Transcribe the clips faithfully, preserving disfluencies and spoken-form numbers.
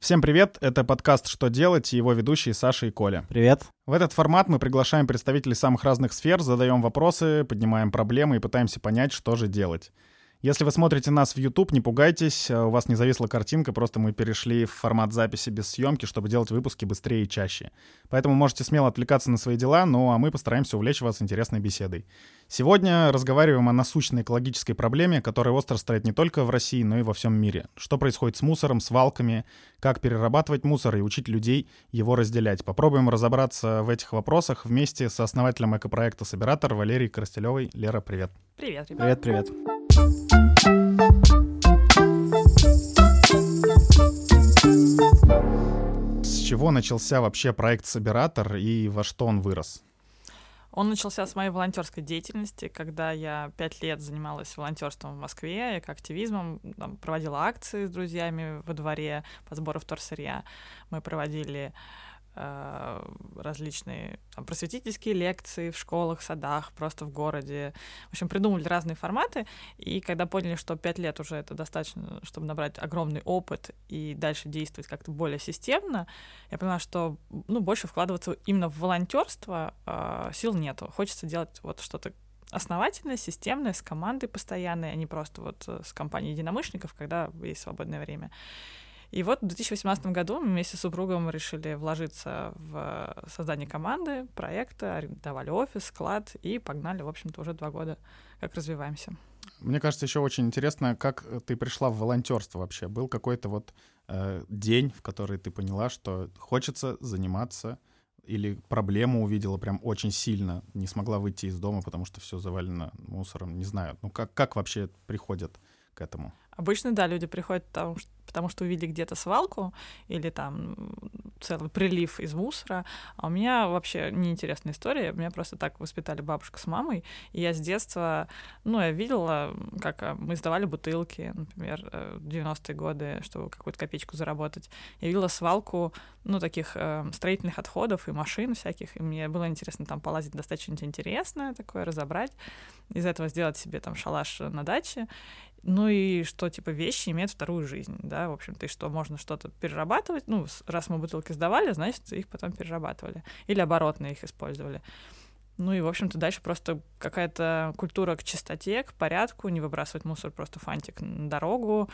Всем привет, это подкаст «Что делать» и его ведущие Саша и Коля. Привет. В этот формат мы приглашаем представителей самых разных сфер, задаем вопросы, поднимаем проблемы и пытаемся понять, что же делать. Если вы смотрите нас в YouTube, не пугайтесь, у вас не зависла картинка, просто мы перешли в формат записи без съемки, чтобы делать выпуски быстрее и чаще. Поэтому можете смело отвлекаться на свои дела, ну а мы постараемся увлечь вас интересной беседой. Сегодня разговариваем о насущной экологической проблеме, которая остро стоит не только в России, но и во всем мире. Что происходит с мусором, свалками, как перерабатывать мусор и учить людей его разделять. Попробуем разобраться в этих вопросах вместе с основателем экопроекта «Собиратор» Валерией Коростелевой. Лера, привет. Привет, ребят. Привет, привет. С чего начался вообще проект «Собиратор» и во что он вырос? Он начался с моей волонтерской деятельности, когда я пять лет занималась волонтерством в Москве, экоактивизмом, там, проводила акции с друзьями во дворе по сбору вторсырья. Мы проводили э, различные там, просветительские лекции в школах, садах, просто в городе. В общем, придумали разные форматы. И когда поняли, что пять лет уже это достаточно, чтобы набрать огромный опыт и дальше действовать как-то более системно, я поняла, что ну, больше вкладываться именно в волонтерство э, сил нету. Хочется делать вот что-то основательное, системное, с командой постоянной, а не просто вот с компанией единомышленников, когда есть свободное время. И вот в две тысячи восемнадцатом году мы вместе с супругом решили вложиться в создание команды, проекта, арендовали офис, склад и погнали, в общем-то, уже два года, как развиваемся. Мне кажется, еще очень интересно, как ты пришла в волонтерство вообще. Был какой-то вот э, день, в который ты поняла, что хочется заниматься, или проблему увидела прям очень сильно, не смогла выйти из дома, потому что все завалено мусором, не знаю. Ну как, как вообще приходят к этому? Обычно, да, люди приходят потому что, потому что увидели где-то свалку или там целый прилив из мусора. А у меня вообще неинтересная история. Меня просто так воспитали бабушка с мамой. И я с детства, ну, я видела, как мы сдавали бутылки, например, в девяностые годы, чтобы какую-то копеечку заработать. Я видела свалку, ну, таких э, строительных отходов и машин всяких. И мне было интересно там полазить, достать что-нибудь интересное такое, разобрать. Из этого сделать себе там шалаш на даче. Ну и что, типа, вещи имеют вторую жизнь, да, в общем-то, и что можно что-то перерабатывать, ну, раз мы бутылки сдавали, значит, их потом перерабатывали, или оборотно их использовали. Ну и, в общем-то, дальше просто какая-то культура к чистоте, к порядку, не выбрасывать мусор просто фантик на дорогу.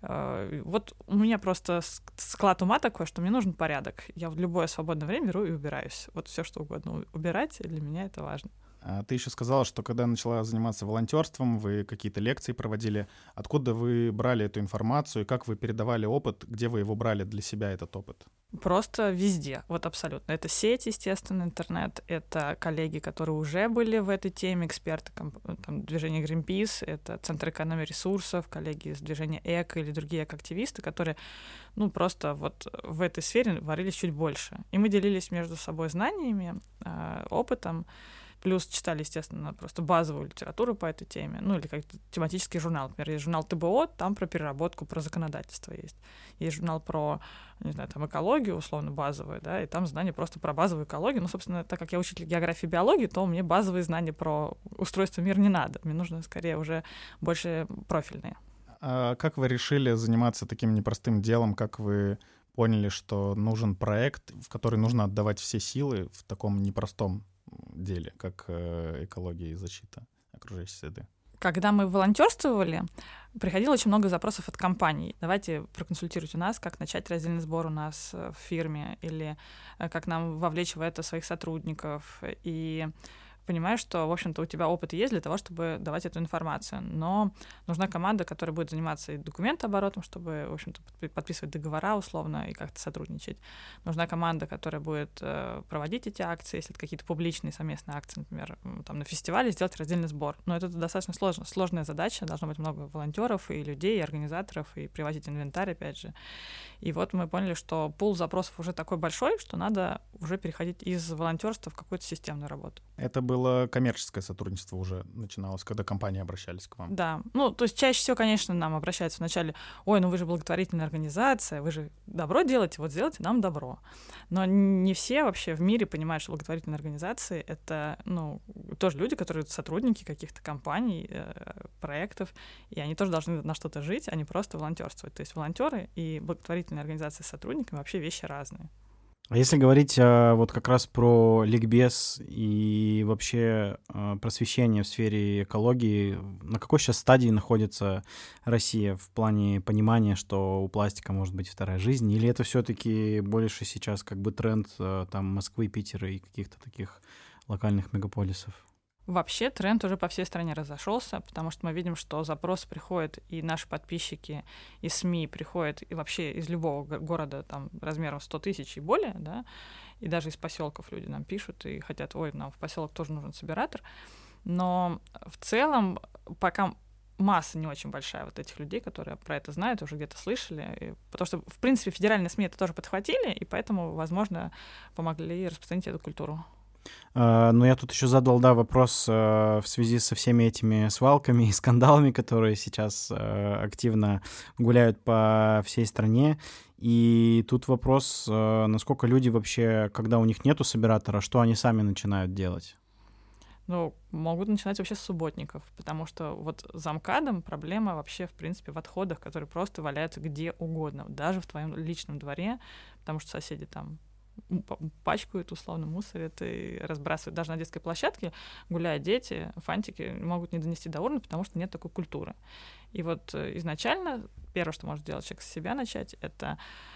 Вот у меня просто склад ума такой, что мне нужен порядок. Я в любое свободное время беру и убираюсь. Вот все что угодно убирать, для меня это важно. А ты еще сказала, что когда начала заниматься волонтерством, вы какие-то лекции проводили. Откуда вы брали эту информацию и как вы передавали опыт, где вы его брали для себя, этот опыт? Просто везде, вот абсолютно. Это сеть, естественно, интернет, это коллеги, которые уже были в этой теме, эксперты там, движения Greenpeace, это Центр экономии ресурсов, коллеги из движения Эко или другие экоактивисты, которые, ну, просто вот в этой сфере варились чуть больше. И мы делились между собой знаниями, опытом, плюс читали, естественно, просто базовую литературу по этой теме, ну или как-то тематический журнал. Например, есть журнал ТБО, там про переработку, про законодательство есть. Есть журнал про, не знаю, там экологию, условно, базовую, да, и там знания просто про базовую экологию. Ну, собственно, так как я учитель географии и биологии, то мне базовые знания про устройство мира не надо. Мне нужно, скорее, уже больше профильные. А как вы решили заниматься таким непростым делом? Как вы поняли, что нужен проект, в который нужно отдавать все силы в таком непростом деле, как экология и защита окружающей среды? Когда мы волонтерствовали, приходило очень много запросов от компаний. Давайте проконсультируйте нас, как начать раздельный сбор у нас в фирме, или как нам вовлечь в это своих сотрудников. И понимаешь, что, в общем-то, у тебя опыт есть для того, чтобы давать эту информацию. Но нужна команда, которая будет заниматься и документооборотом, чтобы, в общем-то, подписывать договора условно и как-то сотрудничать. Нужна команда, которая будет э, проводить эти акции, если это какие-то публичные совместные акции, например, там на фестивале сделать раздельный сбор. Но это достаточно сложно, сложная задача, должно быть много волонтеров и людей, и организаторов, и привозить инвентарь, опять же. И вот мы поняли, что пул запросов уже такой большой, что надо уже переходить из волонтерства в какую-то системную работу. Это было коммерческое сотрудничество уже начиналось, когда компании обращались к вам? Да. Ну, то есть чаще всего, конечно, нам обращаются вначале: ой, ну вы же благотворительная организация, вы же добро делаете, вот сделайте нам добро. Но не все вообще в мире понимают, что благотворительные организации — это, ну, тоже люди, которые сотрудники каких-то компаний, э, проектов, и они тоже должны на что-то жить, а не просто волонтерствовать. То есть волонтеры и благотворительные организации с сотрудниками вообще вещи разные. А если говорить а, вот как раз про ликбез и вообще а, просвещение в сфере экологии, на какой сейчас стадии находится Россия в плане понимания, что у пластика может быть вторая жизнь? Или это все-таки больше сейчас как бы тренд а, там Москвы, Питера и каких-то таких локальных мегаполисов? Вообще тренд уже по всей стране разошелся, потому что мы видим, что запросы приходят, и наши подписчики, и СМИ приходят, и вообще из любого города там размером сто тысяч и более, да, и даже из поселков люди нам пишут и хотят: ой, нам в поселок тоже нужен собиратор. Но в целом пока масса не очень большая вот этих людей, которые про это знают, уже где-то слышали, и, потому что, в принципе, федеральные СМИ это тоже подхватили, и поэтому, возможно, помогли распространить эту культуру. Uh, ну, я тут еще задал, да, вопрос uh, в связи со всеми этими свалками и скандалами, которые сейчас uh, активно гуляют по всей стране. И тут вопрос, uh, насколько люди вообще, когда у них нету собиратора, что они сами начинают делать? Ну, могут начинать вообще с субботников, потому что вот за МКАДом проблема вообще, в принципе, в отходах, которые просто валяются где угодно, даже в твоем личном дворе, потому что соседи там пачкают, условно, мусорят и разбрасывают. Даже на детской площадке, гуляя дети, фантики могут не донести до урны, потому что нет такой культуры. И вот изначально первое, что может сделать человек с себя начать, это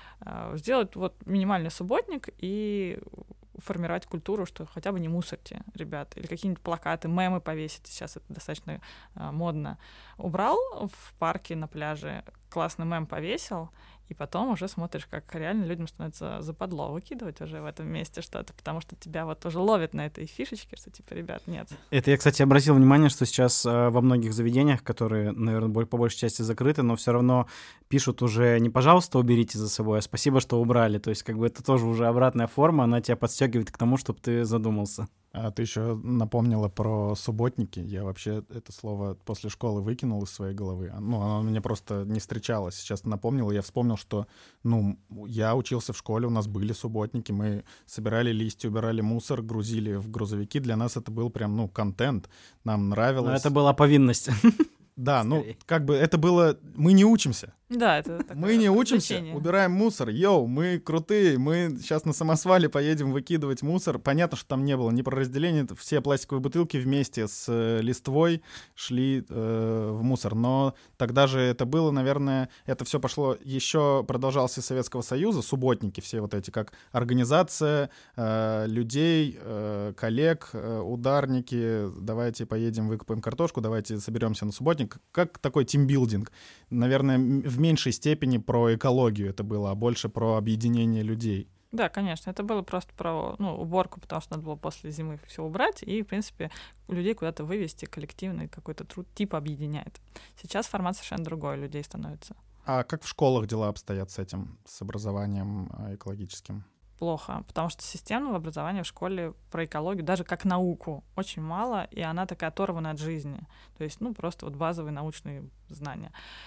сделать вот минимальный субботник и формировать культуру, что хотя бы не мусорьте, ребята, или какие-нибудь плакаты, мемы повесить. Сейчас это достаточно модно. Убрал в парке, на пляже, классный мем повесил, и потом уже смотришь, как реально людям становится западло выкидывать уже в этом месте что-то, потому что тебя вот уже ловят на этой фишечке, что типа, ребят, нет. Это я, кстати, обратил внимание, что сейчас э, во многих заведениях, которые, наверное, по большей части закрыты, но все равно пишут уже не «пожалуйста, уберите за собой», а «спасибо, что убрали». То есть как бы это тоже уже обратная форма, она тебя подстегивает к тому, чтобы ты задумался. А ты еще напомнила про субботники. Я вообще это слово после школы выкинул из своей головы. Ну, оно мне просто не встречалось. Сейчас напомнил, и я вспомнил, что, ну, я учился в школе, у нас были субботники, мы собирали листья, убирали мусор, грузили в грузовики. Для нас это был прям, ну, контент. Нам нравилось. Но это была повинность. Да, ну, как бы это было... Мы не учимся. Да, это такое Мы не учимся, развлечение. убираем мусор. Йоу, мы крутые, мы сейчас на самосвале поедем выкидывать мусор. Понятно, что там не было ни про разделение, все пластиковые бутылки вместе с э, листвой шли э, в мусор. Но тогда же это было, наверное, это все пошло, еще продолжался из Советского Союза, субботники все вот эти, как организация э, людей, э, коллег, э, ударники, давайте поедем выкопаем картошку, давайте соберемся на субботник. Как такой тимбилдинг. Наверное, в меньшей степени про экологию это было, а больше про объединение людей. Да, конечно, это было просто про, ну, уборку, потому что надо было после зимы все убрать и, в принципе, людей куда-то вывести, коллективный какой-то труд типа объединяет. Сейчас формат совершенно другой, людей становится. А как в школах дела обстоят с этим, с образованием экологическим? Плохо, потому что системного образования в школе про экологию, даже как науку, очень мало, и она такая оторвана от жизни. То есть, ну, просто вот базовые научные знания.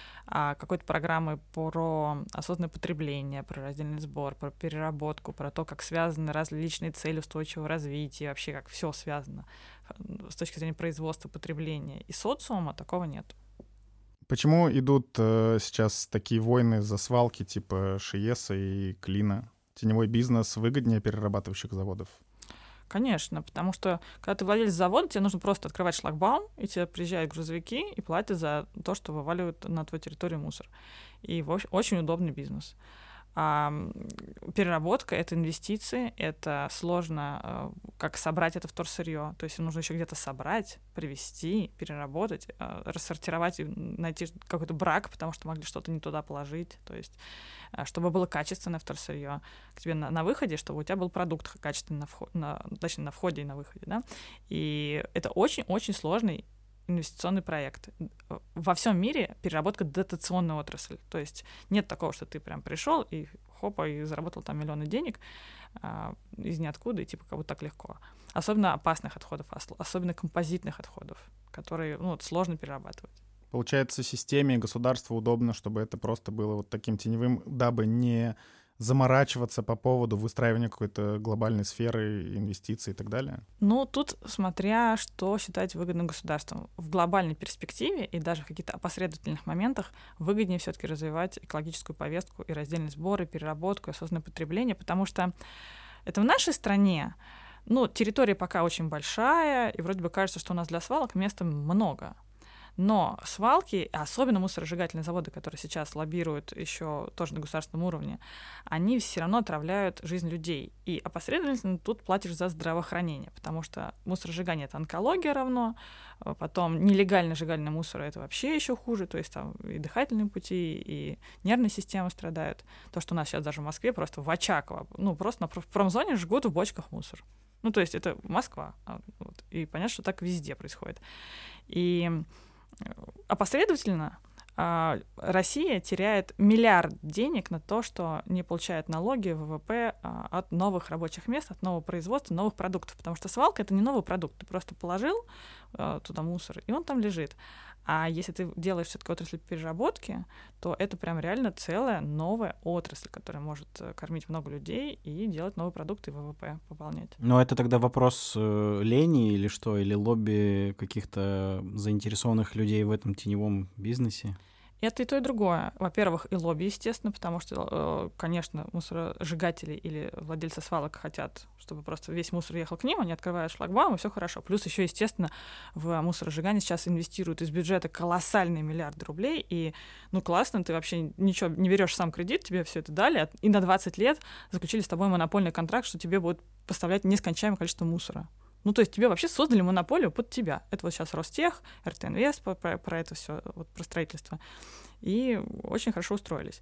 А какой-то программы про осознанное потребление, про раздельный сбор, про переработку, про то, как связаны различные цели устойчивого развития, вообще как все связано с точки зрения производства, потребления и социума, такого нет. Почему идут э, сейчас такие войны за свалки типа ШИЭСа и Клина? Теневой бизнес выгоднее перерабатывающих заводов? Конечно, потому что когда ты владелец завода, тебе нужно просто открывать шлагбаум, и тебе приезжают грузовики и платят за то, что вываливают на твою территорию мусор. И в общем, очень удобный бизнес. А переработка — это инвестиции, это сложно, как собрать это вторсырье. То есть нужно еще где-то собрать, привезти, переработать, рассортировать и найти какой-то брак, потому что могли что-то не туда положить. То есть чтобы было качественное вторсырье к тебе на, на выходе, чтобы у тебя был продукт качественный на, вход, на, точнее, на входе и на выходе. Да? И это очень-очень сложный инвестиционный проект. Во всем мире переработка дотационная отрасль. То есть нет такого, что ты прям пришел и хопа, и заработал там миллионы денег а, из ниоткуда, и типа как будто так легко. Особенно опасных отходов, особенно композитных отходов, которые ну, вот, сложно перерабатывать. Получается, системе и государству удобно, чтобы это просто было вот таким теневым, дабы не заморачиваться по поводу выстраивания какой-то глобальной сферы, инвестиций и так далее? Ну, тут смотря, что считать выгодным государством. В глобальной перспективе и даже в каких-то опосредовательных моментах выгоднее все-таки развивать экологическую повестку и раздельный сбор, и переработку, и осознанное потребление, потому что это в нашей стране, ну, территория пока очень большая, и вроде бы кажется, что у нас для свалок места много. Но свалки, особенно мусоросжигательные заводы, которые сейчас лоббируют еще тоже на государственном уровне, они все равно отравляют жизнь людей. И опосредованно тут платишь за здравоохранение, потому что мусоросжигание — это онкология равно, потом нелегально сжигание мусора — это вообще еще хуже, то есть там и дыхательные пути, и нервная система страдают. То, что у нас сейчас даже в Москве просто в Очаково, ну просто на промзоне жгут в бочках мусор. Ну то есть это Москва. Вот. И понятно, что так везде происходит. И опосредовательно Россия теряет миллиард денег на то, что не получает налоги, ВВП от новых рабочих мест, от нового производства, новых продуктов. Потому что свалка — это не новый продукт. Ты просто положил туда мусор, и он там лежит. А если ты делаешь все-таки отрасль переработки, то это прям реально целая новая отрасль, которая может кормить много людей и делать новые продукты и ВВП пополнять. Но это тогда вопрос э, лени или что? Или лобби каких-то заинтересованных людей в этом теневом бизнесе? Это и то, и другое. Во-первых, и лобби, естественно, потому что, конечно, мусоросжигатели или владельцы свалок хотят, чтобы просто весь мусор ехал к ним, они открывают шлагбаум, и все хорошо. Плюс еще, естественно, в мусоросжигание сейчас инвестируют из бюджета колоссальные миллиарды рублей, и, ну, классно, ты вообще ничего не берешь сам кредит, тебе все это дали, и на двадцать лет заключили с тобой монопольный контракт, что тебе будут поставлять нескончаемое количество мусора. Ну, то есть тебе вообще создали монополию под тебя. Это вот сейчас Ростех, эр тэ инвест про, про, про это все, вот, про строительство. И очень хорошо устроились.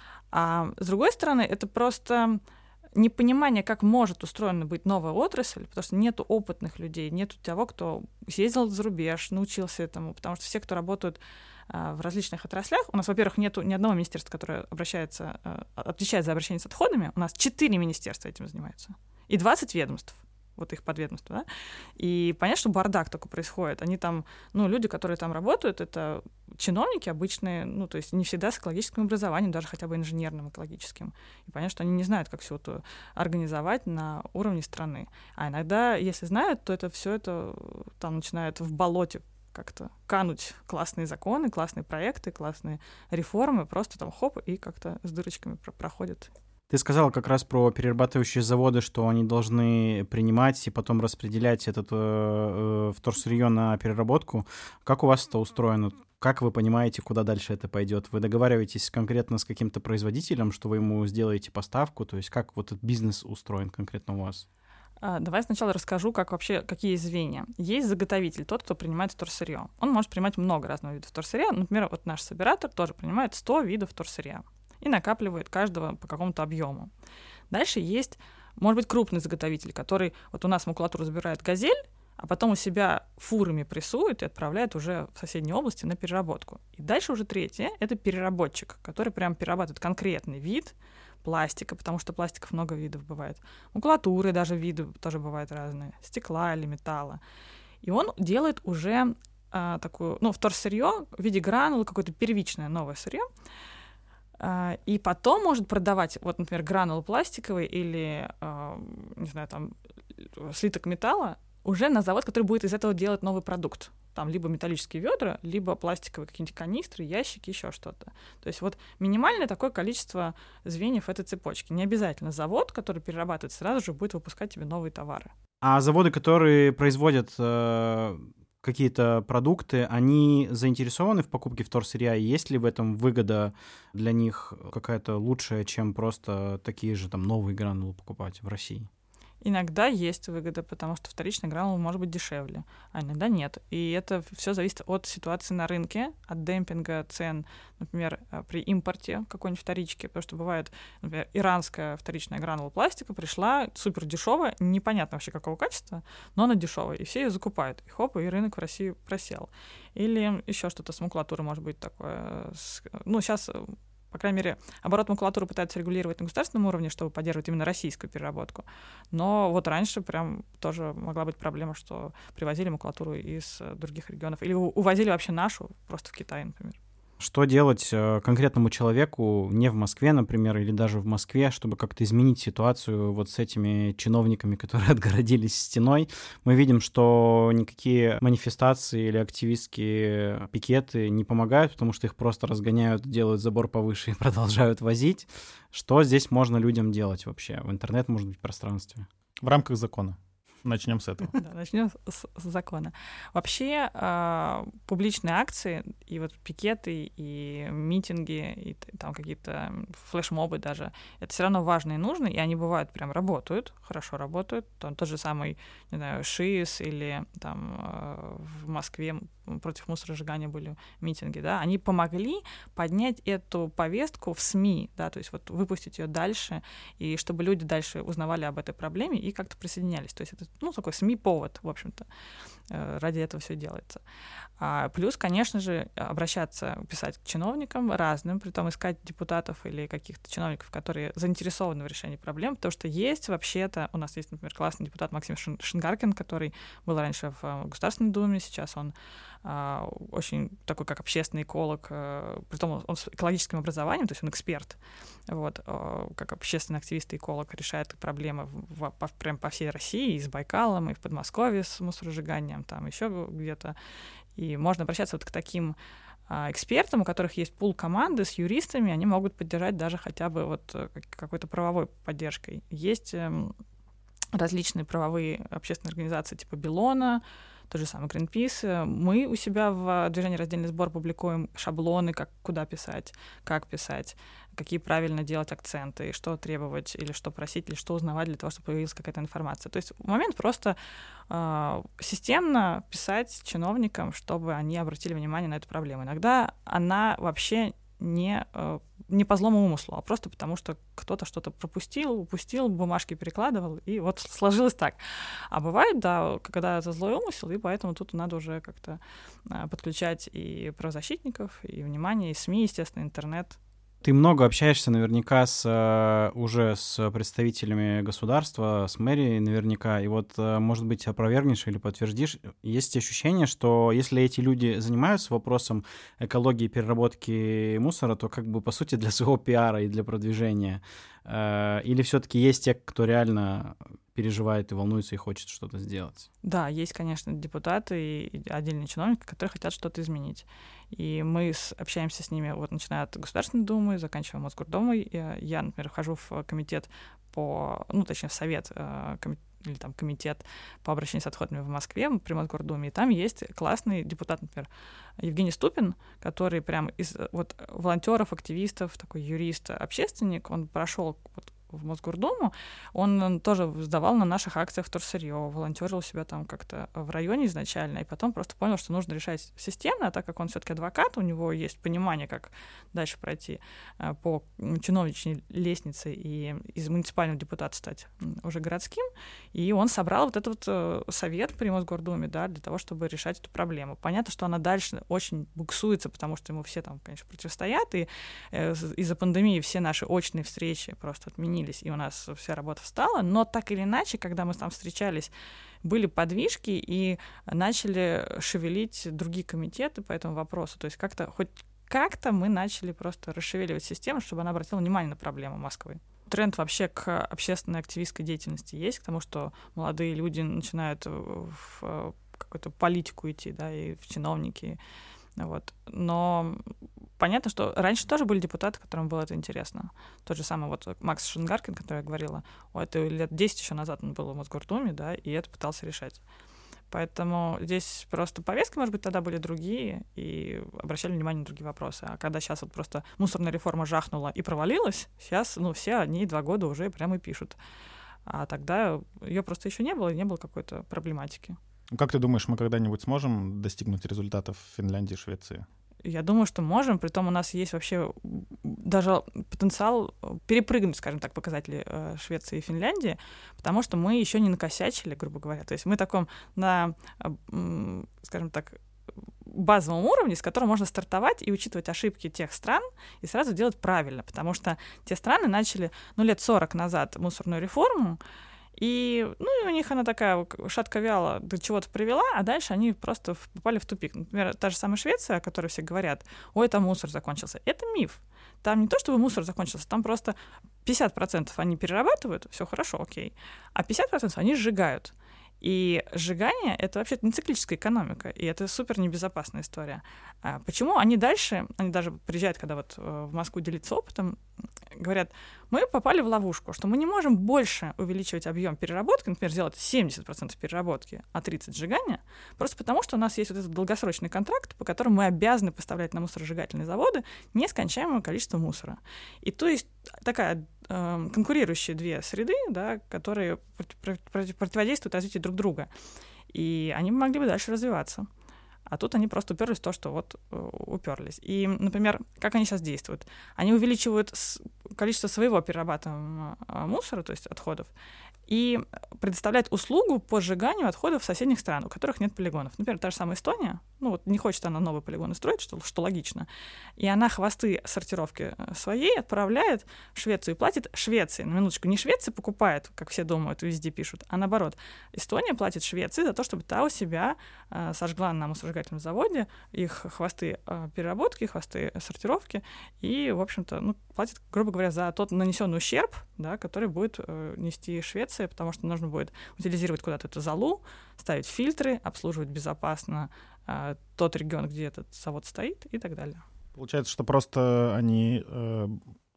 А с другой стороны, это просто непонимание, как может устроена быть новая отрасль, потому что нету опытных людей, нету того, кто съездил за рубеж, научился этому, потому что все, кто работают а, в различных отраслях, у нас, во-первых, нету ни одного министерства, которое обращается, а, отвечает за обращение с отходами, у нас четыре министерства этим занимаются, и двадцать ведомств. Вот их подведомство, да, и понятно, что бардак только происходит. Они там, ну, люди, которые там работают, это чиновники обычные, ну, то есть не всегда с экологическим образованием, даже хотя бы инженерным экологическим. И понятно, что они не знают, как все это организовать на уровне страны. А иногда, если знают, то это все это там начинает в болоте как-то кануть классные законы, классные проекты, классные реформы, просто там хоп, и как-то с дырочками про- проходят. Ты сказал как раз про перерабатывающие заводы, что они должны принимать и потом распределять этот э, вторсырье на переработку. Как у вас это устроено? Как вы понимаете, куда дальше это пойдет? Вы договариваетесь конкретно с каким-то производителем, что вы ему сделаете поставку? То есть как вот этот бизнес устроен конкретно у вас? А, давай сначала расскажу, как вообще, какие звенья. Есть заготовитель, тот, кто принимает вторсырье. Он может принимать много разных видов вторсырья. Например, вот наш собиратор тоже принимает сто видов вторсырья и накапливает каждого по какому-то объему. Дальше есть, может быть, крупный заготовитель, который вот у нас макулатуру забирает «Газель», а потом у себя фурами прессует и отправляет уже в соседние области на переработку. И дальше уже третье — это переработчик, который прям перерабатывает конкретный вид пластика, потому что пластиков много видов бывает. Макулатуры даже виды тоже бывают разные, стекла или металла. И он делает уже а, такую, ну, вторсырье в виде гранул, какое-то первичное новое сырье, и потом может продавать, вот, например, гранулы пластиковые или, не знаю, там, слиток металла уже на завод, который будет из этого делать новый продукт. Там либо металлические ведра, либо пластиковые какие-нибудь канистры, ящики, еще что-то. То есть вот минимальное такое количество звеньев этой цепочки. Не обязательно завод, который перерабатывает, сразу же будет выпускать тебе новые товары. А заводы, которые производят э, какие-то продукты, они заинтересованы в покупке вторсырья? И есть ли в этом выгода для них какая-то лучшая, чем просто такие же там новые гранулы покупать в России? Иногда есть выгода, потому что вторичная гранула может быть дешевле, а иногда нет. И это все зависит от ситуации на рынке, от демпинга цен, например, при импорте какой-нибудь вторички, потому что бывает, например, иранская вторичная гранула пластика пришла супер дешевая, непонятно вообще какого качества, но она дешевая, и все ее закупают. И хоп, и рынок в России просел. Или еще что-то с макулатурой может быть такое. Ну, сейчас по крайней мере, оборот макулатуры пытаются регулировать на государственном уровне, чтобы поддерживать именно российскую переработку. Но вот раньше прям тоже могла быть проблема, что привозили макулатуру из других регионов или увозили вообще нашу просто в Китай, например. Что делать конкретному человеку не в Москве, например, или даже в Москве, чтобы как-то изменить ситуацию вот с этими чиновниками, которые отгородились стеной? Мы видим, что никакие манифестации или активистские пикеты не помогают, потому что их просто разгоняют, делают забор повыше и продолжают возить. Что здесь можно людям делать вообще в интернет, может быть, пространстве? В рамках закона. Начнем с этого. Да, начнем с, с закона. Вообще э, публичные акции и вот пикеты, и митинги, и, и там какие-то флешмобы даже, это все равно важно и нужно, и они бывают прям работают, хорошо работают. Там тот же самый, не знаю, ШИС или там э, в Москве против мусоросжигания были митинги, да, они помогли поднять эту повестку в СМИ, да, то есть вот выпустить ее дальше, и чтобы люди дальше узнавали об этой проблеме и как-то присоединялись. То есть это, ну, такой СМИ-повод, в общем-то, ради этого все делается. А плюс, конечно же, обращаться, писать к чиновникам разным, притом искать депутатов или каких-то чиновников, которые заинтересованы в решении проблем, потому что есть вообще-то, у нас есть, например, классный депутат Максим Шингаркин, который был раньше в Государственной Думе, сейчас он Uh, очень такой, как общественный эколог, uh, притом он с экологическим образованием, то есть он эксперт, вот, uh, как общественный активист и эколог решает проблемы в, в, прям по всей России, и с Байкалом, и в Подмосковье с мусоросжиганием, там еще где-то. И можно обращаться вот к таким uh, экспертам, у которых есть пул команды с юристами, они могут поддержать даже хотя бы вот какой-то правовой поддержкой. Есть um, различные правовые общественные организации типа Белона, тот же самый Greenpeace. Мы у себя в движении «Раздельный сбор» публикуем шаблоны, как, куда писать, как писать, какие правильно делать акценты, что требовать, или что просить, или что узнавать для того, чтобы появилась какая-то информация. То есть в момент просто э, системно писать чиновникам, чтобы они обратили внимание на эту проблему. Иногда она вообще не, э, не по злому умыслу, а просто потому, что кто-то что-то пропустил, упустил, бумажки перекладывал, и вот сложилось так. А бывает, да, когда это злой умысел, и поэтому тут надо уже как-то э, подключать и правозащитников, и внимание, и СМИ, естественно, интернет. Ты много общаешься наверняка с, уже с представителями государства, с мэрией наверняка, и вот, может быть, опровергнешь или подтвердишь, есть ощущение, что если эти люди занимаются вопросом экологии и переработки мусора, то как бы, по сути, для своего пиара и для продвижения, или все-таки есть те, кто реально переживает и волнуется и хочет что-то сделать? Да, есть, конечно, депутаты и отдельные чиновники, которые хотят что-то изменить. И мы с, общаемся с ними, вот начиная от Государственной Думы, заканчивая Мосгордумой. Я, я, например, вхожу в комитет по, ну, точнее, в совет комитет, или там комитет по обращению с отходами в Москве при Мосгордуме, и там есть классный депутат, например, Евгений Ступин, который прям из вот волонтеров, активистов, такой юрист, общественник, он прошел вот в Мосгордуму, он тоже сдавал на наших акциях вторсырье, волонтерил себя там как-то в районе изначально, и потом просто понял, что нужно решать системно, а так как он все-таки адвокат, у него есть понимание, как дальше пройти по чиновничьей лестнице и из муниципального депутата стать уже городским, и он собрал вот этот вот совет при Мосгордуме, да, для того, чтобы решать эту проблему. Понятно, что она дальше очень буксуется, потому что ему все там, конечно, противостоят, и из-за пандемии все наши очные встречи просто отменили, и у нас вся работа встала, но так или иначе, когда мы там встречались, были подвижки и начали шевелить другие комитеты по этому вопросу. То есть как-то, хоть как-то мы начали просто расшевеливать систему, чтобы она обратила внимание на проблему Москвы. Тренд вообще к общественной активистской деятельности есть, к тому, что молодые люди начинают в какую-то политику идти, да, и в чиновники. Вот. Но понятно, что раньше тоже были депутаты, которым было это интересно. Тот же самый вот Макс Шингаркин, который я говорила, о, это лет десять еще назад он был в Мосгордуме, да, и это пытался решать. Поэтому здесь просто повестки, может быть, тогда были другие, и обращали внимание на другие вопросы. А когда сейчас вот просто мусорная реформа жахнула и провалилась, сейчас, ну, все о ней два года уже прямо и пишут. А тогда ее просто еще не было, и не было какой-то проблематики. Как ты думаешь, мы когда-нибудь сможем достигнуть результатов в Финляндии и Швеции? Я думаю, что можем, притом у нас есть вообще даже потенциал перепрыгнуть, скажем так, показатели Швеции и Финляндии, потому что мы еще не накосячили, грубо говоря. То есть мы таком на, скажем так, базовом уровне, с которого можно стартовать и учитывать ошибки тех стран и сразу делать правильно, потому что те страны начали, ну, лет сорок назад мусорную реформу, и, ну, и у них она такая шатко-вяло до чего-то привела, а дальше они просто попали в тупик. Например, та же самая Швеция, о которой все говорят, ой, там мусор закончился. Это миф. Там не то, чтобы мусор закончился, там просто пятьдесят процентов они перерабатывают, все хорошо, окей, а пятьдесят процентов они сжигают. И сжигание — это вообще-то не циклическая экономика, и это супер небезопасная история. А почему они дальше, они даже приезжают, когда вот в Москву делиться опытом, говорят, мы попали в ловушку, что мы не можем больше увеличивать объем переработки, например, сделать семьдесят процентов переработки, а тридцать процентов сжигания, просто потому что у нас есть вот этот долгосрочный контракт, по которому мы обязаны поставлять на мусоросжигательные заводы нескончаемое количество мусора. И то есть такая э, конкурирующие две среды, да, которые против, против, противодействуют развитию друг друга. И они могли бы дальше развиваться. А тут они просто уперлись в то, что вот э, уперлись. И, например, как они сейчас действуют? Они увеличивают с... количество своего перерабатываемого э, мусора, то есть отходов, и предоставляют услугу по сжиганию отходов соседних стран, у которых нет полигонов. Например, та же самая Эстония, ну вот не хочет она новые полигоны строить, что, что логично, и она хвосты сортировки своей отправляет в Швецию и платит Швеции. На минуточку, не Швеция покупает, как все думают, везде пишут, а наоборот. Эстония платит Швеции за то, чтобы та у себя э, сожгла на мусоросжигательном заводе их хвосты э, переработки, хвосты сортировки, и, в общем-то, ну, платит, грубо говоря, за тот нанесенный ущерб, да, который будет э, нести Швеция, потому что нужно будет утилизировать куда-то эту золу, ставить фильтры, обслуживать безопасно э, тот регион, где этот завод стоит, и так далее. Получается, что просто они э,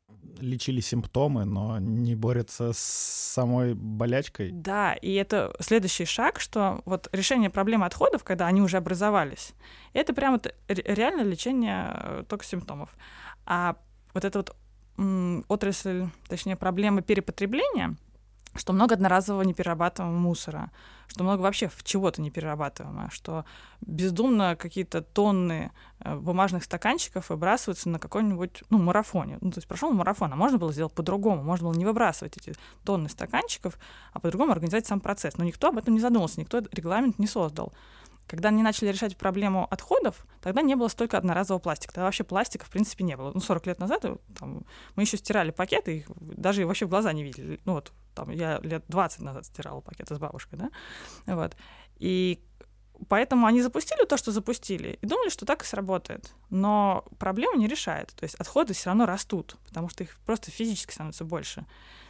лечили симптомы, но не борются с самой болячкой. Да, и это следующий шаг, что вот решение проблемы отходов, когда они уже образовались, это прямо реально лечение только симптомов. А вот эта вот м, отрасль, точнее, проблема перепотребления, что много одноразового неперерабатываемого мусора, что много вообще чего-то неперерабатываемого, что бездумно какие-то тонны бумажных стаканчиков выбрасываются на какой-нибудь, ну, марафоне. Ну, то есть прошел марафон, а можно было сделать по-другому, можно было не выбрасывать эти тонны стаканчиков, а по-другому организовать сам процесс. Но никто об этом не задумался, никто регламент не создал. Когда они начали решать проблему отходов, тогда не было столько одноразового пластика. Тогда вообще пластика, в принципе, не было. Ну, сорок лет назад там, мы еще стирали пакеты, их даже вообще в глаза не видели. Ну, вот там, я лет двадцать назад стирала пакеты с бабушкой, да? Вот. И поэтому они запустили то, что запустили, и думали, что так и сработает. Но проблему не решает. То есть отходы все равно растут, потому что их просто физически становится больше.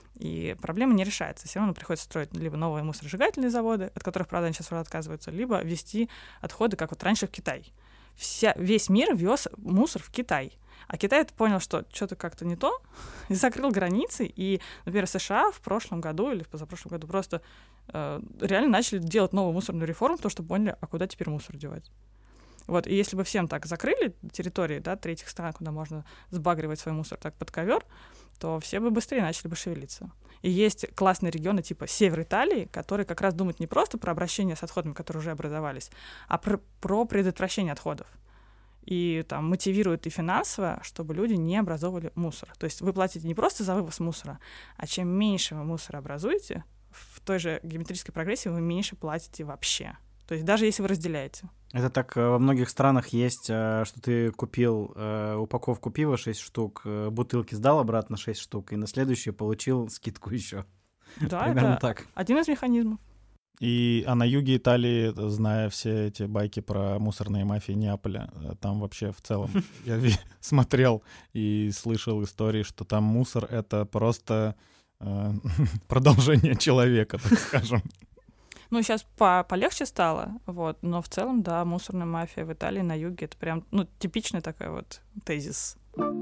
И проблема не решается. Все равно приходится строить либо новые мусоросжигательные заводы, от которых, правда, они сейчас уже отказываются, либо везти отходы, как вот раньше в Китай. Вся, весь мир вез мусор в Китай. А Китай понял, что что-то как-то не то, и закрыл границы. И, например, США в прошлом году или в позапрошлом году просто э, реально начали делать новую мусорную реформу, потому что поняли, а куда теперь мусор девать. Вот, и если бы всем так закрыли территории, да, третьих стран, куда можно сбагривать свой мусор так под ковер, то все бы быстрее начали бы шевелиться. И есть классные регионы типа север Италии, которые как раз думают не просто про обращение с отходами, которые уже образовались, а про, про предотвращение отходов. И там мотивируют и финансово, чтобы люди не образовывали мусор. То есть вы платите не просто за вывоз мусора, а чем меньше вы мусора образуете, в той же геометрической прогрессии вы меньше платите вообще. То есть даже если вы разделяете. Это так во многих странах есть, что ты купил упаковку пива шесть штук, бутылки сдал обратно шесть штук, и на следующую получил скидку еще. Да, примерно это так. Один из механизмов. И, а на юге Италии, зная все эти байки про мусорные мафии Неаполя, там вообще в целом я смотрел и слышал истории, что там мусор — это просто э, продолжение человека, так скажем. Ну, сейчас по полегче стало, вот, но в целом, да, мусорная мафия в Италии на юге — это прям, ну, типичный такой вот тезис.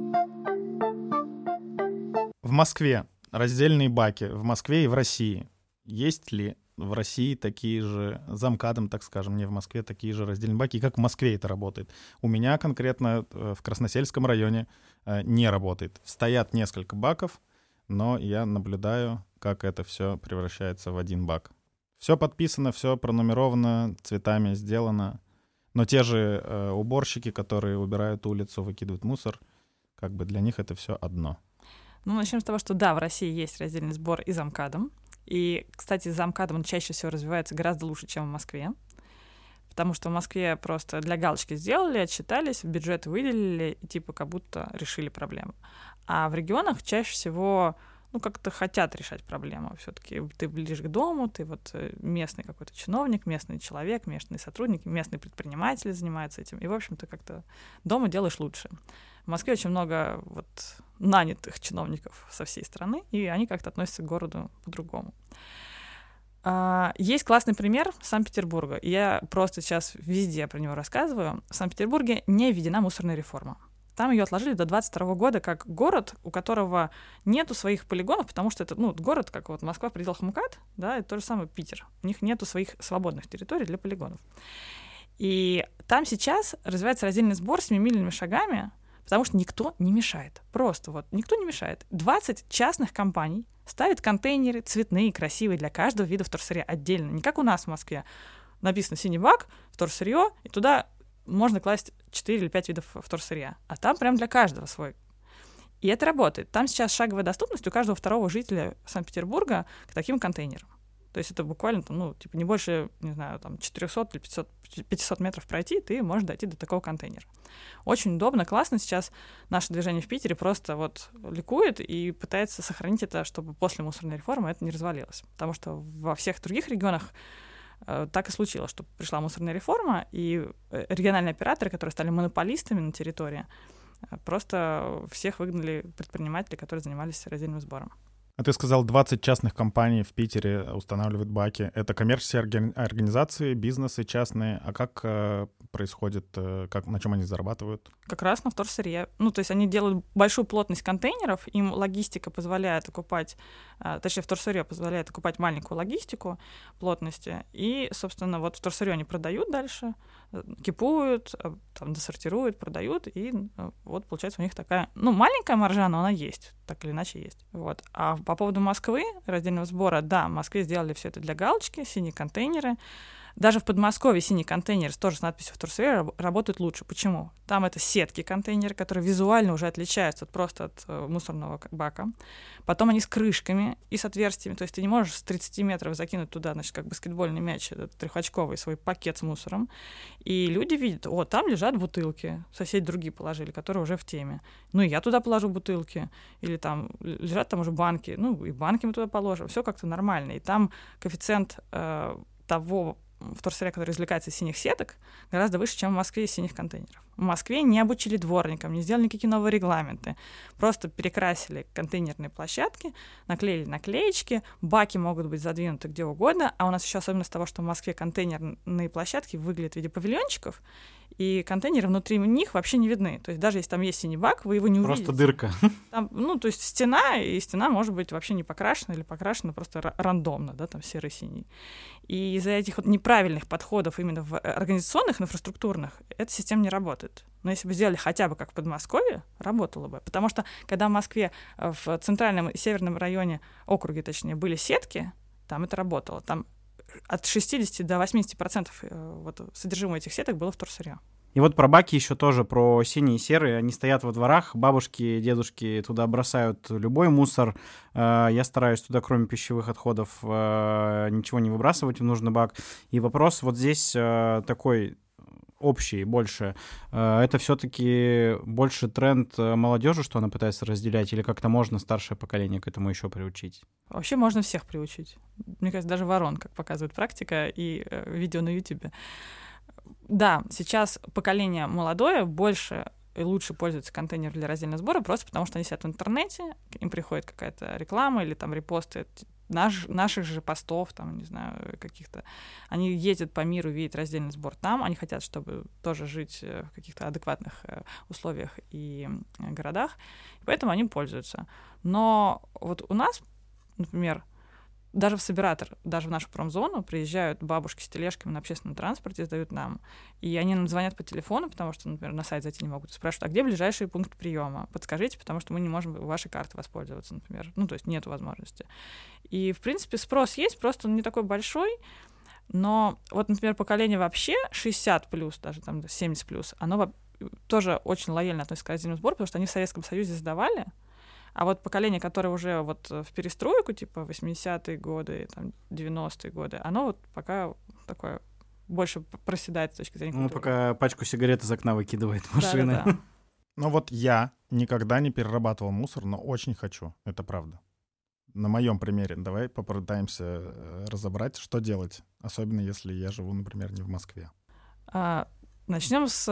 В Москве раздельные баки, в Москве и в России. Есть ли в России такие же, за МКАДом, так скажем, не в Москве, такие же раздельные баки, и как в Москве это работает? У меня конкретно в Красносельском районе не работает. Стоят несколько баков, но я наблюдаю, как это все превращается в один бак. Все подписано, все пронумеровано, цветами сделано. Но те же э, уборщики, которые убирают улицу, выкидывают мусор, как бы для них это все одно. Ну, начнем с того, что да, в России есть раздельный сбор и за МКАДом. И, кстати, за МКАДом он чаще всего развивается гораздо лучше, чем в Москве. Потому что в Москве просто для галочки сделали, отчитались, бюджет выделили, и типа как будто решили проблему. А в регионах чаще всего, ну, как-то хотят решать проблему. Все-таки ты ближе к дому, ты вот местный какой-то чиновник, местный человек, местный сотрудник, местный предприниматель занимается этим. И, в общем-то, как-то дома делаешь лучше. В Москве очень много вот нанятых чиновников со всей страны, и они как-то относятся к городу по-другому. Есть классный пример Санкт-Петербурга. Я просто сейчас везде про него рассказываю. В Санкт-Петербурге не введена мусорная реформа. Там ее отложили до двадцать второго года как город, у которого нету своих полигонов, потому что это, ну, город, как вот Москва в пределах МКАД, да, это то же самое Питер. У них нету своих свободных территорий для полигонов. И там сейчас развивается раздельный сбор семимильными шагами, потому что никто не мешает. Просто вот никто не мешает. двадцать частных компаний ставят контейнеры цветные, красивые для каждого вида вторсырья отдельно. Не как у нас в Москве. Написано «синий бак», вторсырье, и туда можно класть четыре или пять видов вторсырья. А там прям для каждого свой. И это работает. Там сейчас шаговая доступность у каждого второго жителя Санкт-Петербурга к таким контейнерам. То есть это буквально, там, ну, типа, не больше, не знаю, там, четыреста или пятьсот, пятьсот метров пройти, ты можешь дойти до такого контейнера. Очень удобно, классно. Сейчас наше движение в Питере просто вот ликует и пытается сохранить это, чтобы после мусорной реформы это не развалилось. Потому что во всех других регионах э, так и случилось, что пришла мусорная реформа, и региональные операторы, которые стали монополистами на территории, просто всех выгнали предприниматели, которые занимались раздельным сбором. А ты сказал, двадцать частных компаний в Питере устанавливают баки. Это коммерческие организации, бизнесы частные. А как э, происходит, э, как, на чем они зарабатывают? Как раз на вторсырье. Ну, то есть они делают большую плотность контейнеров, им логистика позволяет окупать, э, точнее, вторсырье позволяет окупать маленькую логистику плотности. И, собственно, вот вторсырье они продают дальше, кипуют, там, досортируют, продают, и вот получается у них такая, ну, маленькая маржа, но она есть, так или иначе есть. Вот. А по поводу Москвы, раздельного сбора, да, в Москве сделали все это для галочки, синие контейнеры. Даже в Подмосковье синий контейнер тоже с надписью «вторсырье» работают лучше. Почему? Там это сетки контейнеры, которые визуально уже отличаются от, просто от э, мусорного бака. Потом они с крышками и с отверстиями. То есть ты не можешь с тридцати метров закинуть туда, значит, как баскетбольный мяч, этот трехочковый свой пакет с мусором. И люди видят, о, там лежат бутылки, соседи другие положили, которые уже в теме. Ну и я туда положу бутылки. Или там лежат там уже банки. Ну и банки мы туда положим. Все как-то нормально. И там коэффициент э, того вторсырья, который извлекается из синих сеток, гораздо выше, чем в Москве из синих контейнеров. В Москве не обучили дворникам, не сделали никакие новые регламенты. Просто перекрасили контейнерные площадки, наклеили наклеечки, баки могут быть задвинуты где угодно, а у нас еще особенность того, что в Москве контейнерные площадки выглядят в виде павильончиков, и контейнеры внутри них вообще не видны. То есть даже если там есть синий бак, вы его не увидите. Просто дырка. Там, ну, то есть стена, и стена может быть вообще не покрашена или покрашена просто р- рандомно, да, там серый-синий. И из-за этих вот неправильных подходов именно в организационных, инфраструктурных, эта система не работает. Но если бы сделали хотя бы как в Подмосковье, работало бы. Потому что когда в Москве в центральном и северном районе, округе точнее, были сетки, там это работало. Там от шестидесяти до восьмидесяти процентов вот содержимого этих сеток было вторсырье. И вот про баки еще тоже, про синие и серые. Они стоят во дворах, бабушки, дедушки туда бросают любой мусор. Я стараюсь туда, кроме пищевых отходов, ничего не выбрасывать в нужный бак. И вопрос вот здесь такой общий больше. Это все-таки больше тренд молодежи, что она пытается разделять, или как-то можно старшее поколение к этому еще приучить? Вообще можно всех приучить. Мне кажется, даже ворон, как показывает практика и э, видео на Ютубе. Да, сейчас поколение молодое больше и лучше пользуются контейнером для раздельного сбора, просто потому что они сидят в интернете, к ним приходит какая-то реклама или там репосты наш, наших же постов, там, не знаю, каких-то. Они ездят по миру, видят раздельный сбор там, они хотят, чтобы тоже жить в каких-то адекватных условиях и городах, и поэтому они пользуются. Но вот у нас, например, даже в Собиратор, даже в нашу промзону приезжают бабушки с тележками на общественном транспорте, сдают нам. И они нам звонят по телефону, потому что, например, на сайт зайти не могут. Спрашивают, а где ближайший пункт приема? Подскажите, потому что мы не можем вашей картой воспользоваться, например. Ну, то есть нет возможности. И, в принципе, спрос есть, просто он не такой большой. Но вот, например, поколение вообще шестьдесят плюс, даже там семьдесят плюс, оно тоже очень лояльно относится к раздельному сбору, потому что они в Советском Союзе сдавали. А вот поколение, которое уже вот в перестройку, типа восьмидесятые годы, там, девяностые годы, оно вот пока такое больше проседает с точки зрения Ну, культуры. пока пачку сигарет из окна выкидывает машины. Да-да-да. Ну вот я никогда не перерабатывал мусор, но очень хочу. Это правда. На моем примере давай попытаемся э, разобрать, что делать. Особенно если я живу, например, не в Москве. А, начнем с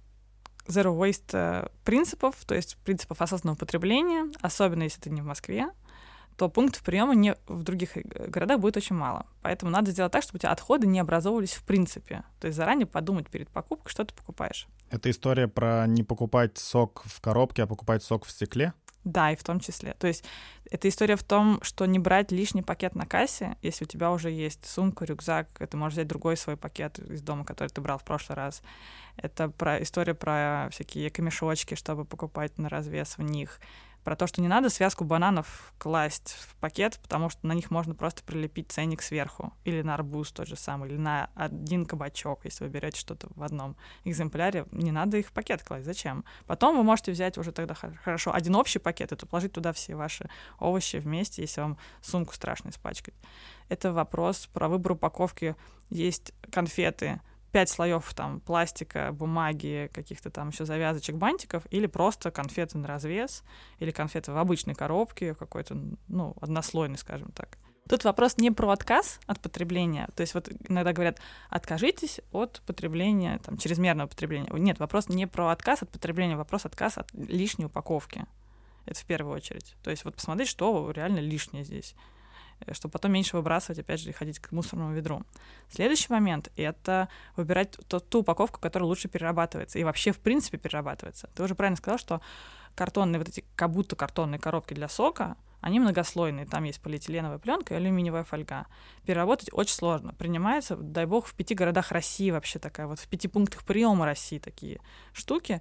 zero waste принципов, то есть принципов осознанного потребления, особенно если ты не в Москве, то пунктов приема не, в других городах будет очень мало. Поэтому надо сделать так, чтобы у тебя отходы не образовывались в принципе. То есть заранее подумать перед покупкой, что ты покупаешь. Это история про не покупать сок в коробке, а покупать сок в стекле? Да, и в том числе. То есть эта история в том, что не брать лишний пакет на кассе, если у тебя уже есть сумка, рюкзак, ты можешь взять другой свой пакет из дома, который ты брал в прошлый раз. Это про история про всякие эко-мешочки, чтобы покупать на развес в них. Про то, что не надо связку бананов класть в пакет, потому что на них можно просто прилепить ценник сверху. Или на арбуз тот же самый, или на один кабачок, если вы берете что-то в одном экземпляре. Не надо их в пакет класть. Зачем? Потом вы можете взять уже тогда хорошо один общий пакет и положить туда все ваши овощи вместе, если вам сумку страшно испачкать. Это вопрос про выбор упаковки. Есть конфеты, пять слоев там пластика, бумаги, каких-то там еще завязочек, бантиков, или просто конфеты на развес, или конфеты в обычной коробке, какой-то, ну, однослойный, скажем так. Тут вопрос не про отказ от потребления, то есть вот иногда говорят, откажитесь от потребления, там, чрезмерного потребления. Нет, вопрос не про отказ от потребления, вопрос отказ от лишней упаковки. Это в первую очередь. То есть вот посмотреть, что реально лишнее здесь, чтобы потом меньше выбрасывать, опять же, и ходить к мусорному ведру. Следующий момент — это выбирать ту, ту упаковку, которая лучше перерабатывается и вообще, в принципе, перерабатывается. Ты уже правильно сказал, что картонные, вот эти как будто картонные коробки для сока, они многослойные. Там есть полиэтиленовая пленка и алюминиевая фольга. Переработать очень сложно. Принимается, дай бог, в пяти городах России вообще такая, вот в пяти пунктах приема России такие штуки.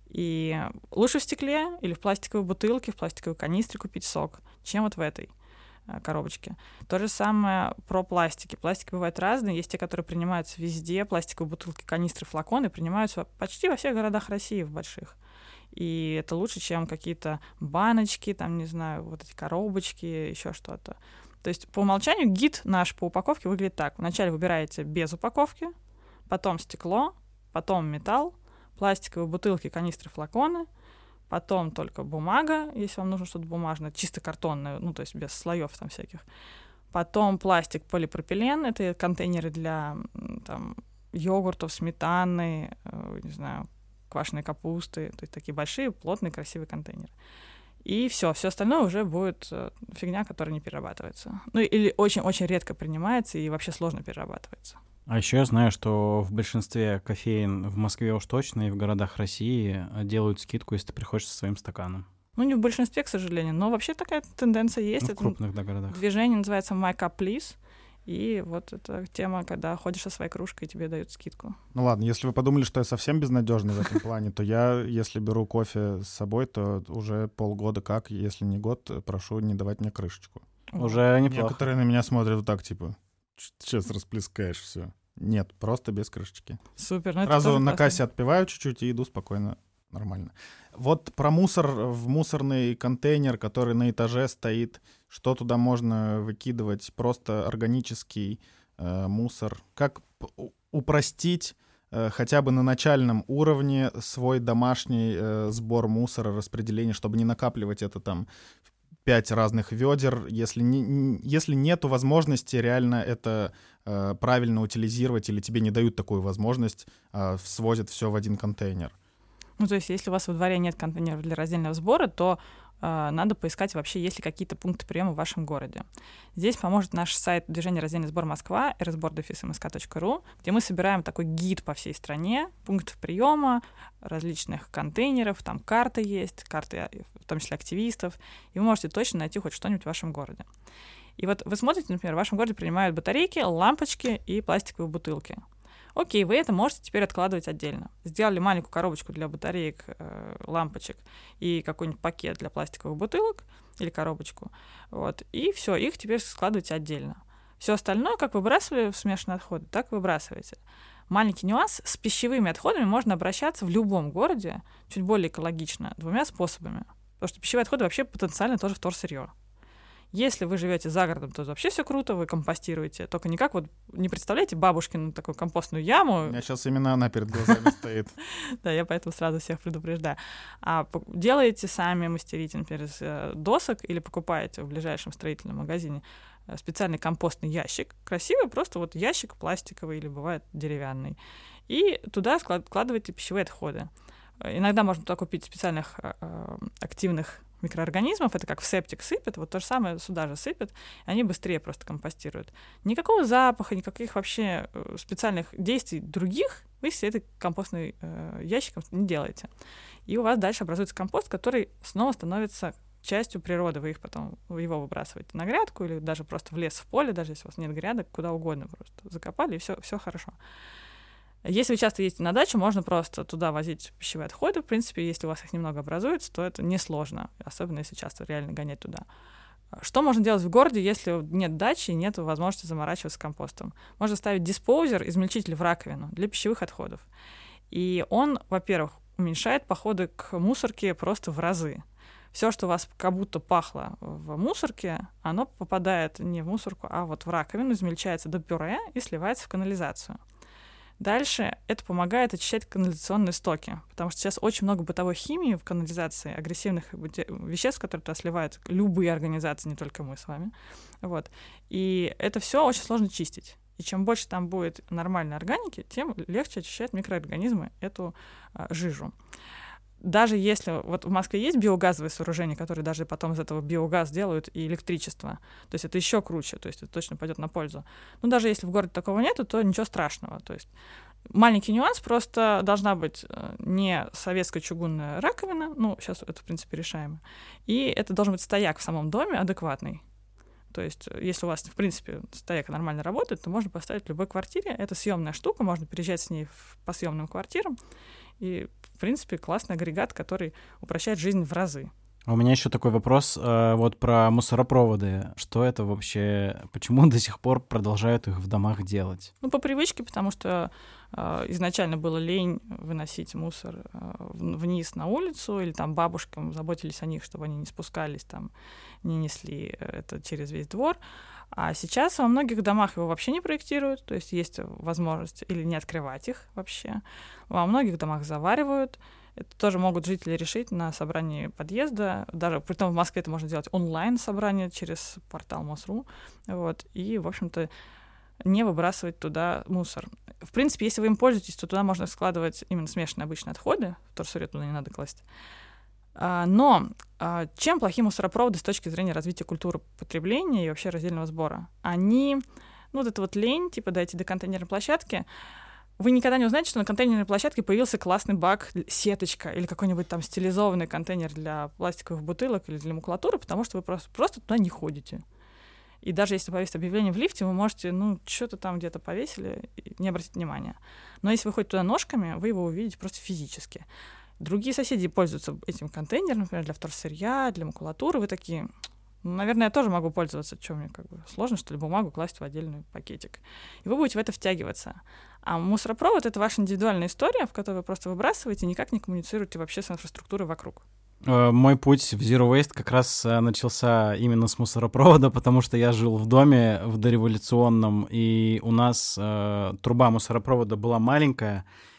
И лучше в стекле или в пластиковой бутылке, в пластиковой канистре купить сок, чем вот в этой коробочки. То же самое про пластики. Пластики бывают разные. Есть те, которые принимаются везде. Пластиковые бутылки, канистры, флаконы принимаются почти во всех городах России, в больших. И это лучше, чем какие-то баночки, там, не знаю, вот эти коробочки, еще что-то. То есть по умолчанию гид наш по упаковке выглядит так. Вначале выбираете без упаковки, потом стекло, потом металл, пластиковые бутылки, канистры, флаконы, потом только бумага, если вам нужно что-то бумажное, чисто картонное, ну, то есть без слоев там всяких. Потом пластик, полипропилен, это контейнеры для там, йогуртов, сметаны, э, не знаю, квашеной капусты, то есть такие большие, плотные, красивые контейнеры. И все, все остальное уже будет э, фигня, которая не перерабатывается. Ну, или очень-очень редко принимается и вообще сложно перерабатывается. А еще я знаю, что в большинстве кофеин в Москве уж точно и в городах России делают скидку, если ты приходишь со своим стаканом. Ну, не в большинстве, к сожалению, но вообще такая тенденция есть. Ну, в крупных, да, городах. Движение называется My Cup Please. И вот эта тема, когда ходишь со своей кружкой, тебе дают скидку. Ну ладно, если вы подумали, что я совсем безнадежный в этом плане, то я, если беру кофе с собой, то уже полгода как, если не год, прошу не давать мне крышечку. Уже неплохо. Некоторые на меня смотрят вот так, типа, сейчас расплескаешь все. Нет, просто без крышечки. Супер. Ну, Сразу на классно. кассе отпиваю чуть-чуть и иду спокойно, нормально. Вот про мусор в мусорный контейнер, который на этаже стоит, что туда можно выкидывать, просто органический э, мусор. Как п- упростить э, хотя бы на начальном уровне свой домашний э, сбор мусора, распределение, чтобы не накапливать это там пять разных ведер, если, не, если нету возможности реально это э, правильно утилизировать, или тебе не дают такую возможность, э, свозят все в один контейнер. Ну, то есть, если у вас во дворе нет контейнеров для раздельного сбора, то э, надо поискать вообще, есть ли какие-то пункты приема в вашем городе. Здесь поможет наш сайт движения «Раздельный сбор Москва» эр эс бор дефис эм эс ка точка ру, где мы собираем такой гид по всей стране, пунктов приема, различных контейнеров, там карты есть, карты в том числе активистов, и вы можете точно найти хоть что-нибудь в вашем городе. И вот вы смотрите, например, в вашем городе принимают батарейки, лампочки и пластиковые бутылки. Окей, вы это можете теперь откладывать отдельно. Сделали маленькую коробочку для батареек, э, лампочек и какой-нибудь пакет для пластиковых бутылок или коробочку. Вот, и все, их теперь складывайте отдельно. Все остальное, как выбрасывали в смешанные отходы, так выбрасываете. Маленький нюанс: с пищевыми отходами можно обращаться в любом городе чуть более экологично двумя способами. Потому что пищевые отходы вообще потенциально тоже вторсырье. Если вы живете за городом, то вообще все круто, вы компостируете. Только никак вот не представляете бабушкину такую компостную яму. У меня сейчас именно она перед глазами стоит. Да, я поэтому сразу всех предупреждаю. А делаете сами, мастерите, например, из досок или покупаете в ближайшем строительном магазине специальный компостный ящик. Красивый, просто вот ящик пластиковый или бывает деревянный. И туда складываете пищевые отходы. Иногда можно туда купить специальных активных микроорганизмов, это как в септик сыпят, вот то же самое сюда же сыпят, они быстрее просто компостируют. Никакого запаха, никаких вообще специальных действий других вы с этой компостной э, ящиком не делаете. И у вас дальше образуется компост, который снова становится частью природы. Вы их потом, вы его выбрасываете на грядку или даже просто в лес, в поле, даже если у вас нет грядок, куда угодно просто закопали, и все, все хорошо. Если вы часто ездите на дачу, можно просто туда возить пищевые отходы. В принципе, если у вас их немного образуется, то это несложно, особенно если часто реально гонять туда. Что можно делать в городе, если нет дачи и нет возможности заморачиваться компостом? Можно ставить диспоузер, измельчитель в раковину для пищевых отходов. И он, во-первых, уменьшает походы к мусорке просто в разы. Все, что у вас как будто пахло в мусорке, оно попадает не в мусорку, а вот в раковину, измельчается до пюре и сливается в канализацию. Дальше это помогает очищать канализационные стоки, потому что сейчас очень много бытовой химии в канализации, агрессивных веществ, которые туда сливают любые организации, не только мы с вами. Вот. И это все очень сложно чистить. И чем больше там будет нормальной органики, тем легче очищать микроорганизмы эту а, жижу. Даже если... Вот в Москве есть биогазовые сооружения, которые даже потом из этого биогаз делают и электричество. То есть это еще круче, то есть это точно пойдет на пользу. Но даже если в городе такого нету, то ничего страшного. То есть маленький нюанс, просто должна быть не советская чугунная раковина, ну, сейчас это, в принципе, решаемо, и это должен быть стояк в самом доме адекватный. То есть если у вас, в принципе, стояк нормально работает, то можно поставить в любой квартире. Это съемная штука, можно переезжать с ней по съемным квартирам. И, в принципе, классный агрегат, который упрощает жизнь в разы. У меня еще такой вопрос э, вот про мусоропроводы. Что это вообще? Почему до сих пор продолжают их в домах делать? Ну, по привычке, потому что э, изначально было лень выносить мусор э, вниз на улицу, или там бабушкам заботились о них, чтобы они не спускались, там, не несли это через весь двор. А сейчас во многих домах его вообще не проектируют, то есть есть возможность или не открывать их вообще. Во многих домах заваривают. Это тоже могут жители решить на собрании подъезда. Даже при том в Москве это можно делать онлайн-собрание через портал МОСРУ. Вот, и, в общем-то, не выбрасывать туда мусор. В принципе, если вы им пользуетесь, то туда можно складывать именно смешанные обычные отходы. Вторсырье туда не надо класть. Но чем плохи мусоропроводы с точки зрения развития культуры потребления и вообще раздельного сбора? Они, ну, вот это вот лень, типа дойти до контейнерной площадки, вы никогда не узнаете, что на контейнерной площадке появился классный бак, сеточка или какой-нибудь там стилизованный контейнер для пластиковых бутылок или для макулатуры, потому что вы просто, просто туда не ходите. И даже если повесить объявление в лифте, вы можете, ну, что-то там где-то повесили, и не обратить внимания. Но если вы ходите туда ножками, вы его увидите просто физически. Другие соседи пользуются этим контейнером, например, для вторсырья, для макулатуры. Вы такие, ну, наверное, я тоже могу пользоваться. Что мне как бы сложно, что ли, бумагу класть в отдельный пакетик? И вы будете в это втягиваться. А мусоропровод — это ваша индивидуальная история, в которой вы просто выбрасываете и никак не коммуницируете вообще с инфраструктурой вокруг. Мой путь в Zero Waste как раз начался именно с мусоропровода, потому что я жил в доме в дореволюционном, и у нас э, труба мусоропровода была маленькая,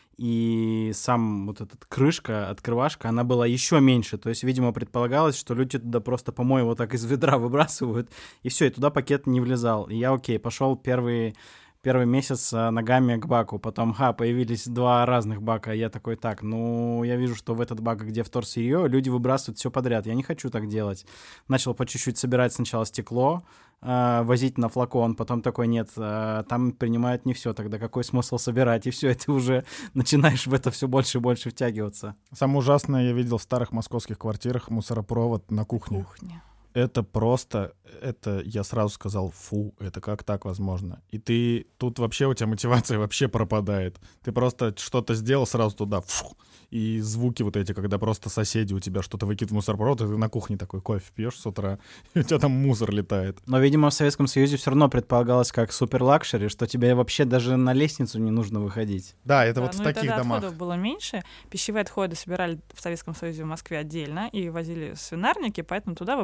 и сам вот эта крышка, открывашка, она была еще меньше. То есть, видимо, предполагалось, что люди туда просто помой вот так из ведра выбрасывают, и все, и туда пакет не влезал. И я, окей, пошел первый, первый месяц ногами к баку, потом, ха, появились два разных бака, я такой, так, ну, я вижу, что в этот бак, где вторсырье, люди выбрасывают все подряд, я не хочу так делать. Начал по чуть-чуть собирать сначала стекло, возить на флакон, потом такой, нет, там принимают не все, тогда какой смысл собирать, и все, и ты уже начинаешь в это все больше и больше втягиваться. Самое ужасное я видел в старых московских квартирах мусоропровод на кухне. Кухня. Это просто, это я сразу сказал, фу, это как так возможно? И ты, тут вообще у тебя мотивация вообще пропадает. Ты просто что-то сделал, сразу туда, фу, и звуки вот эти, когда просто соседи у тебя что-то выкидывают в мусоропровод, и ты на кухне такой кофе пьешь с утра, и у тебя там мусор летает. Но, видимо, в Советском Союзе все равно предполагалось как супер-лакшери, что тебе вообще даже на лестницу не нужно выходить. Да, это да, вот ну в таких тогда домах. Отходов было меньше. Пищевые отходы собирали в Советском Союзе в Москве отдельно и возили в свинарники, поэтому туда выбрасывали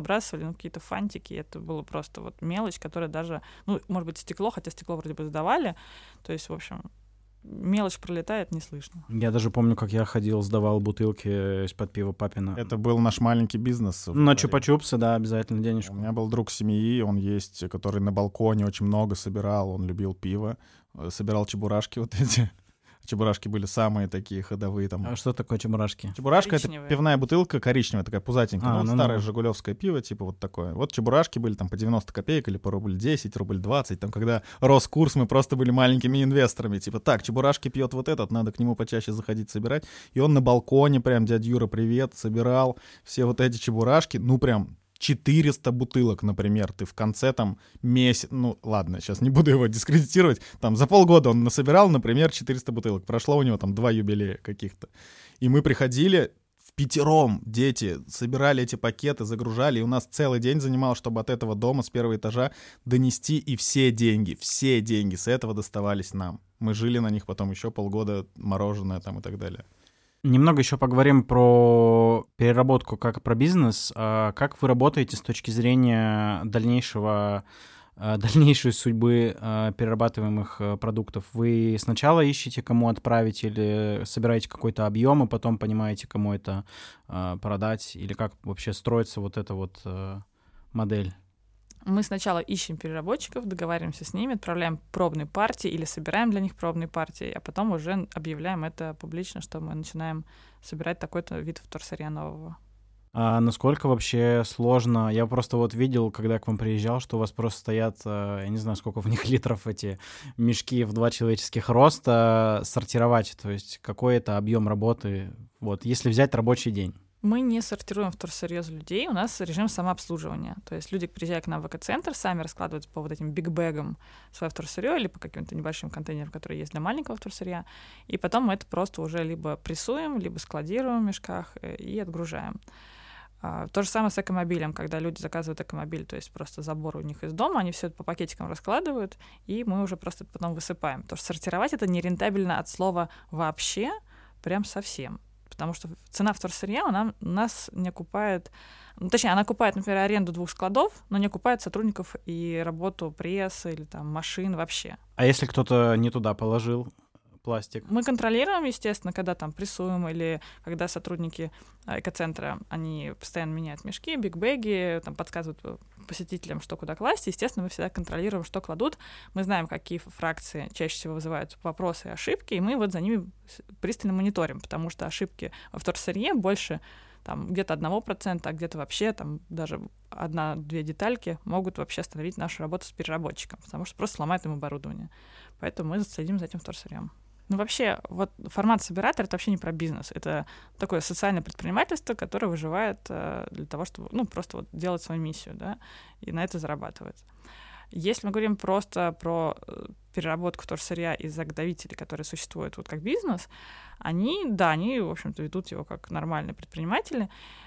делали, ну, какие-то фантики, это было просто вот мелочь, которая даже, ну, может быть, стекло, хотя стекло вроде бы сдавали, то есть, в общем, мелочь пролетает, не слышно. Я даже помню, как я ходил, сдавал бутылки из-под пива папина. Это был наш маленький бизнес. На чупа-чупсы, да, обязательно денежку. У меня был друг семьи, он есть, который на балконе очень много собирал, он любил пиво, собирал чебурашки вот эти. Чебурашки были самые такие ходовые там. А что такое чебурашки? Чебурашка — это пивная бутылка коричневая, такая пузатенькая. А, ну, ну, старое ну. жигулевское пиво, типа вот такое. Вот чебурашки были там по девяносто копеек или по рубль десять, рубль двадцать. Там, когда рос курс, мы просто были маленькими инвесторами. Типа, так, чебурашки пьет вот этот, надо к нему почаще заходить собирать. И он на балконе прям, дядя Юра, привет, собирал все вот эти чебурашки. Ну, прям четыреста бутылок, например, ты в конце там месяц, ну ладно, сейчас не буду его дискредитировать, там за полгода он насобирал, например, четыреста бутылок, прошло у него там два юбилея каких-то, и мы приходили впятером, дети, собирали эти пакеты, загружали, и у нас целый день занимал, чтобы от этого дома с первого этажа донести, и все деньги, все деньги с этого доставались нам. Мы жили на них потом еще полгода, мороженое там и так далее. Немного еще поговорим про переработку как про бизнес. Как вы работаете с точки зрения дальнейшего, дальнейшей судьбы перерабатываемых продуктов? Вы сначала ищете, кому отправить, или собираете какой-то объем, и потом понимаете, кому это продать? Или как вообще строится вот эта вот модель? Мы сначала ищем переработчиков, договариваемся с ними, отправляем пробные партии или собираем для них пробные партии, а потом уже объявляем это публично, что мы начинаем собирать такой-то вид вторсырья нового. А насколько вообще сложно? Я просто вот видел, когда я к вам приезжал, что у вас просто стоят, я не знаю, сколько в них литров, эти мешки в два человеческих роста, сортировать, то есть какой это объем работы, вот, если взять рабочий день. Мы не сортируем вторсырье за людей, у нас режим самообслуживания. То есть люди, приезжая к нам в эко-центр, сами раскладывают по вот этим бигбэгам свое вторсырье или по каким-то небольшим контейнерам, которые есть для маленького вторсырья, и потом мы это просто уже либо прессуем, либо складируем в мешках и отгружаем. То же самое с экомобилем, когда люди заказывают экомобиль, то есть просто забор у них из дома, они все это по пакетикам раскладывают, и мы уже просто потом высыпаем. Потому что сортировать это нерентабельно от слова «вообще», прям совсем. Потому что цена вторсырья она нас не окупает, ну, точнее, она окупает, например, аренду двух складов, но не окупает сотрудников и работу прессы или там машин вообще. А если кто-то не туда положил пластик? Мы контролируем, естественно, когда там прессуем или когда сотрудники экоцентра, они постоянно меняют мешки, бигбэги, там подсказывают посетителям, что куда класть. Естественно, мы всегда контролируем, что кладут. Мы знаем, какие фракции чаще всего вызывают вопросы и ошибки, и мы вот за ними пристально мониторим, потому что ошибки во вторсырье больше там где-то одного процента, а где-то вообще там даже одна-две детальки могут вообще остановить нашу работу с переработчиком, потому что просто сломают им оборудование. Поэтому мы следим за этим вторсырьем. Ну, вообще, вот формат собиратора — это вообще не про бизнес. Это такое социальное предпринимательство, которое выживает э, для того, чтобы, ну, просто вот делать свою миссию, да, и на это зарабатывать. Если мы говорим просто про переработку вторсырья из заготовителей, которые существуют вот как бизнес, они, да, они, в общем-то, ведут его как нормальные предприниматели.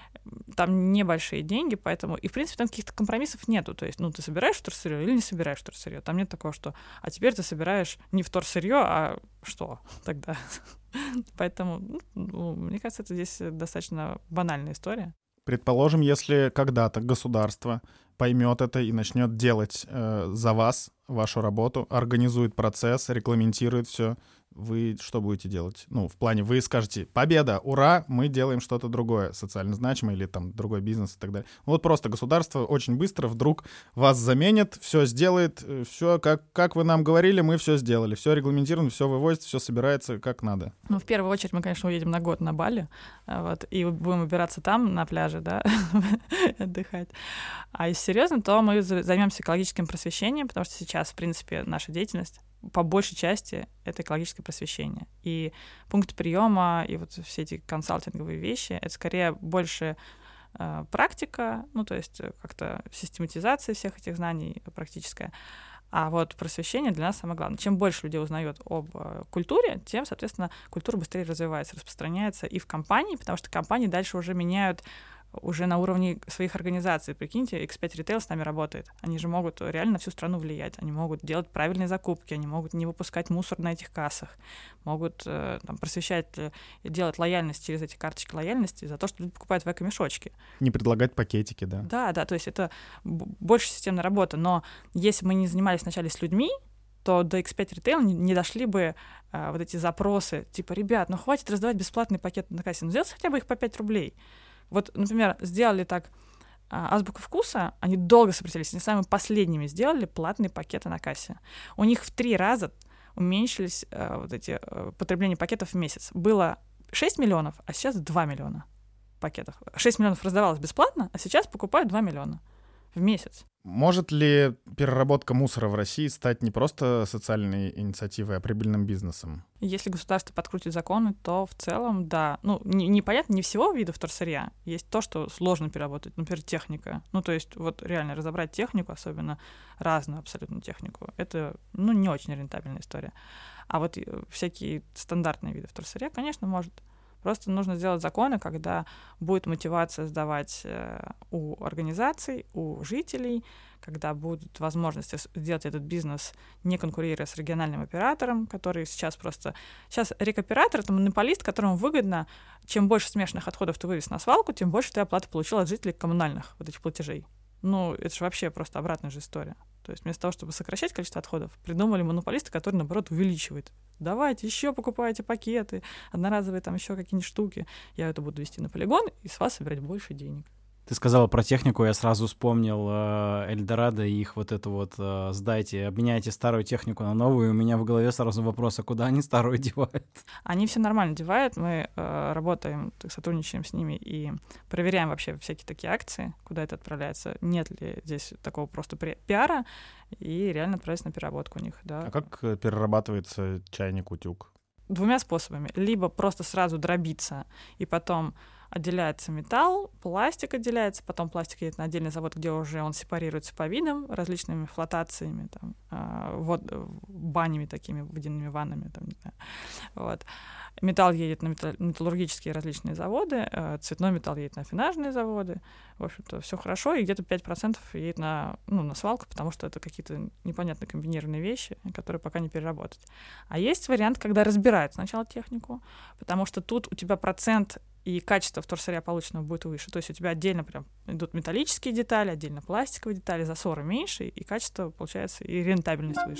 Там небольшие деньги, поэтому... И, в принципе, там каких-то компромиссов нету. То есть, ну, ты собираешь вторсырье или не собираешь вторсырье. Там нет такого, что... А теперь ты собираешь не вторсырье, а что тогда? Поэтому, ну, мне кажется, это здесь достаточно банальная история. Предположим, если когда-то государство поймет это и начнет делать э, за вас вашу работу, организует процесс, регламентирует все, вы что будете делать? Ну, в плане, вы скажете: победа, ура, мы делаем что-то другое, социально значимое или там другой бизнес и так далее. Вот просто государство очень быстро вдруг вас заменит, все сделает, все как, как вы нам говорили, мы все сделали, все регламентировано, все вывозится, все собирается как надо. Ну, в первую очередь мы, конечно, уедем на год на Бали, вот, и будем убираться там, на пляже, да, отдыхать. А если серьезно, то мы займемся экологическим просвещением, потому что сейчас, в принципе, наша деятельность по большей части это экологическое просвещение. И пункт приема, и вот все эти консалтинговые вещи, это скорее больше э, практика, ну, то есть как-то систематизация всех этих знаний практическая. А вот просвещение для нас самое главное. Чем больше людей узнает об э, культуре, тем, соответственно, культура быстрее развивается, распространяется и в компании, потому что компании дальше уже меняют уже на уровне своих организаций. Прикиньте, икс пять Retail с нами работает. Они же могут реально на всю страну влиять. Они могут делать правильные закупки, они могут не выпускать мусор на этих кассах, могут э, там, просвещать, делать лояльность через эти карточки лояльности за то, что люди покупают в эко-мешочки. Не предлагать пакетики, да. Да, да, то есть это больше системная работа. Но если мы не занимались вначале с людьми, то до икс пять Retail не, не дошли бы а, вот эти запросы, типа, ребят, ну хватит раздавать бесплатные пакеты на кассе, ну сделайте хотя бы их по пять рублей. Вот, например, сделали так а, Азбука Вкуса, они долго сопротивлялись, они самыми последними сделали платные пакеты на кассе. У них в три раза уменьшились а, вот эти а, потребления пакетов в месяц. Было шесть миллионов, а сейчас два миллиона пакетов. шесть миллионов раздавалось бесплатно, а сейчас покупают два миллиона в месяц. Может ли переработка мусора в России стать не просто социальной инициативой, а прибыльным бизнесом? Если государство подкрутит законы, то в целом, да. Ну, не, непонятно, не всего вида вторсырья. Есть то, что сложно переработать, например, техника. Ну, то есть вот реально разобрать технику, особенно разную абсолютно технику, это, ну, не очень рентабельная история. А вот всякие стандартные виды вторсырья, конечно, может. Просто нужно сделать законы, когда будет мотивация сдавать э, у организаций, у жителей, когда будут возможности сделать этот бизнес, не конкурируя с региональным оператором, который сейчас просто... Сейчас рекоператор — это монополист, которому выгодно, чем больше смешанных отходов ты вывез на свалку, тем больше ты оплаты получил от жителей коммунальных вот этих платежей. Ну, это же вообще просто обратная же история. То есть вместо того, чтобы сокращать количество отходов, придумали монополисты, которые, наоборот, увеличивают. Давайте еще покупайте пакеты, одноразовые там еще какие-нибудь штуки. Я это буду вести на полигон и с вас собирать больше денег. Ты сказала про технику, я сразу вспомнил э, Эльдорадо и их вот это вот э, «сдайте, обменяйте старую технику на новую», и у меня в голове сразу вопрос, а куда они старую девают? Они все нормально девают, мы э, работаем, сотрудничаем с ними и проверяем вообще всякие такие акции, куда это отправляется, нет ли здесь такого просто пиара, и реально отправляется на переработку у них. Да. А как перерабатывается чайник-утюг? Двумя способами. Либо просто сразу дробиться, и потом отделяется металл, пластик отделяется, потом пластик едет на отдельный завод, где уже он сепарируется по видам, различными флотациями, там, э, вод, банями такими, водяными ваннами. Там, не знаю. Вот. Металл едет на металл, металлургические различные заводы, э, цветной металл едет на афинажные заводы. В общем-то, все хорошо, и где-то пять процентов едет на, ну, на свалку, потому что это какие-то непонятно комбинированные вещи, которые пока не переработать. А есть вариант, когда разбирают сначала технику, потому что тут у тебя процент и качество вторсырья полученного будет выше. То есть у тебя отдельно прям идут металлические детали, отдельно пластиковые детали, засоры меньше, и качество, получается, и рентабельность выше.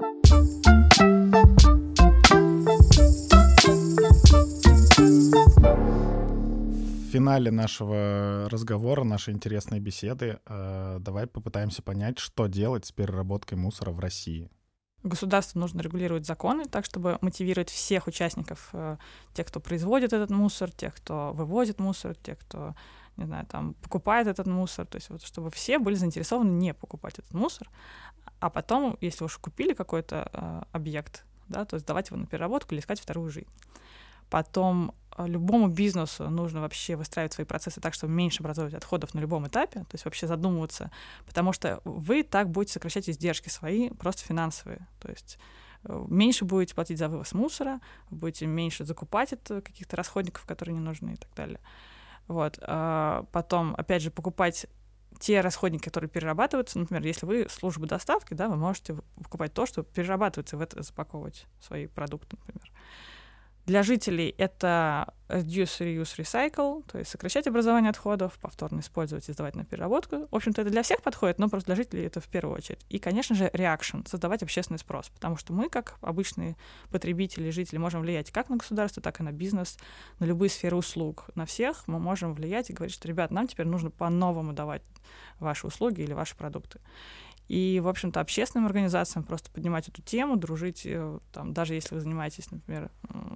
В финале нашего разговора, нашей интересной беседы, э, давай попытаемся понять, что делать с переработкой мусора в России. Государству нужно регулировать законы так, чтобы мотивировать всех участников, э, тех, кто производит этот мусор, тех, кто вывозит мусор, тех, кто, не знаю, там, покупает этот мусор, то есть вот, чтобы все были заинтересованы не покупать этот мусор, а потом, если уж купили какой-то э, объект, да, то сдавать его на переработку или искать вторую жизнь. Потом любому бизнесу нужно вообще выстраивать свои процессы так, чтобы меньше образовывать отходов на любом этапе, то есть вообще задумываться, потому что вы так будете сокращать издержки свои, просто финансовые, то есть меньше будете платить за вывоз мусора, будете меньше закупать это, каких-то расходников, которые не нужны и так далее. Вот. А потом, опять же, покупать те расходники, которые перерабатываются, например, если вы служба доставки, да, вы можете покупать то, что перерабатывается, и в это запаковывать свои продукты, например. Для жителей это reduce, reuse, recycle, то есть сокращать образование отходов, повторно использовать и сдавать на переработку. В общем-то, это для всех подходит, но просто для жителей это в первую очередь. И, конечно же, reaction, создавать общественный спрос, потому что мы, как обычные потребители, жители, можем влиять как на государство, так и на бизнес, на любые сферы услуг. На всех мы можем влиять и говорить, что, ребят, нам теперь нужно по-новому давать ваши услуги или ваши продукты. И, в общем-то, общественным организациям просто поднимать эту тему, дружить, там, даже если вы занимаетесь, например,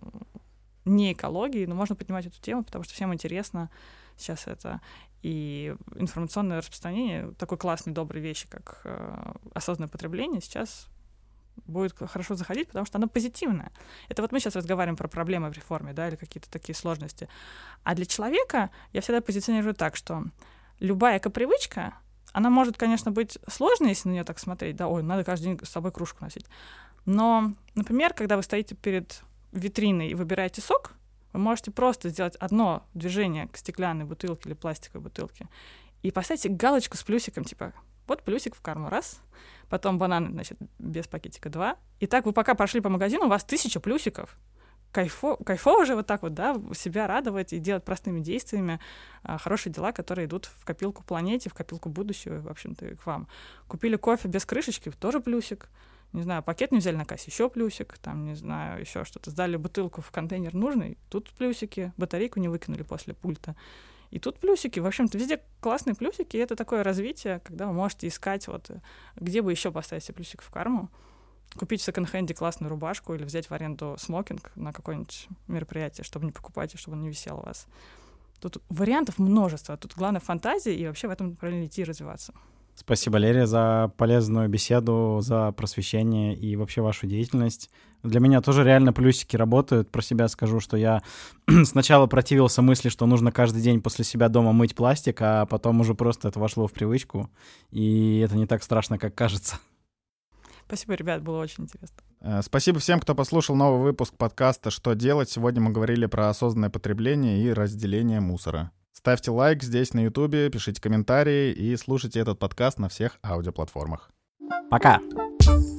не экологией, но можно поднимать эту тему, потому что всем интересно сейчас это. И информационное распространение такой классной, доброй вещи, как э, осознанное потребление, сейчас будет хорошо заходить, потому что оно позитивное. Это вот мы сейчас разговариваем про проблемы в реформе, да, или какие-то такие сложности. А для человека я всегда позиционирую так, что любая экопривычка, она может, конечно, быть сложной, если на нее так смотреть, да, ой, надо каждый день с собой кружку носить. Но, например, когда вы стоите перед витриной и выбираете сок, вы Вы можете просто сделать одно движение к стеклянной бутылке или пластиковой бутылке и поставить галочку с плюсиком, типа, вот плюсик в карму, раз, потом бананы, значит, без пакетика, два. И так вы пока прошли по магазину, у вас тысяча плюсиков. Кайфо, кайфово же вот так вот, да, себя радовать и делать простыми действиями а, хорошие дела, которые идут в копилку планете, в копилку будущего, в общем-то, и к вам. Купили кофе без крышечки, тоже плюсик. Не знаю, пакет не взяли на кассе, еще плюсик. Там, не знаю, еще что-то. Сдали бутылку в контейнер нужный, тут плюсики. Батарейку не выкинули после пульта. И тут плюсики. В общем-то, везде классные плюсики. И это такое развитие, когда вы можете искать, вот, где бы еще поставить себе плюсик в карму. Купить в секонд-хенде классную рубашку или взять в аренду смокинг на какое-нибудь мероприятие, чтобы не покупать, и чтобы он не висел у вас. Тут вариантов множество. Тут главное фантазия и вообще в этом направлении идти и развиваться. Спасибо, Лерия, за полезную беседу, за просвещение и вообще вашу деятельность. Для меня тоже реально плюсики работают. Про себя скажу, что я сначала противился мысли, что нужно каждый день после себя дома мыть пластик, а потом уже просто это вошло в привычку. И это не так страшно, как кажется. Спасибо, ребят, было очень интересно. Спасибо всем, кто послушал новый выпуск подкаста «Что делать?». Сегодня мы говорили про осознанное потребление и разделение мусора. Ставьте лайк здесь на Ютубе, пишите комментарии и слушайте этот подкаст на всех аудиоплатформах. Пока!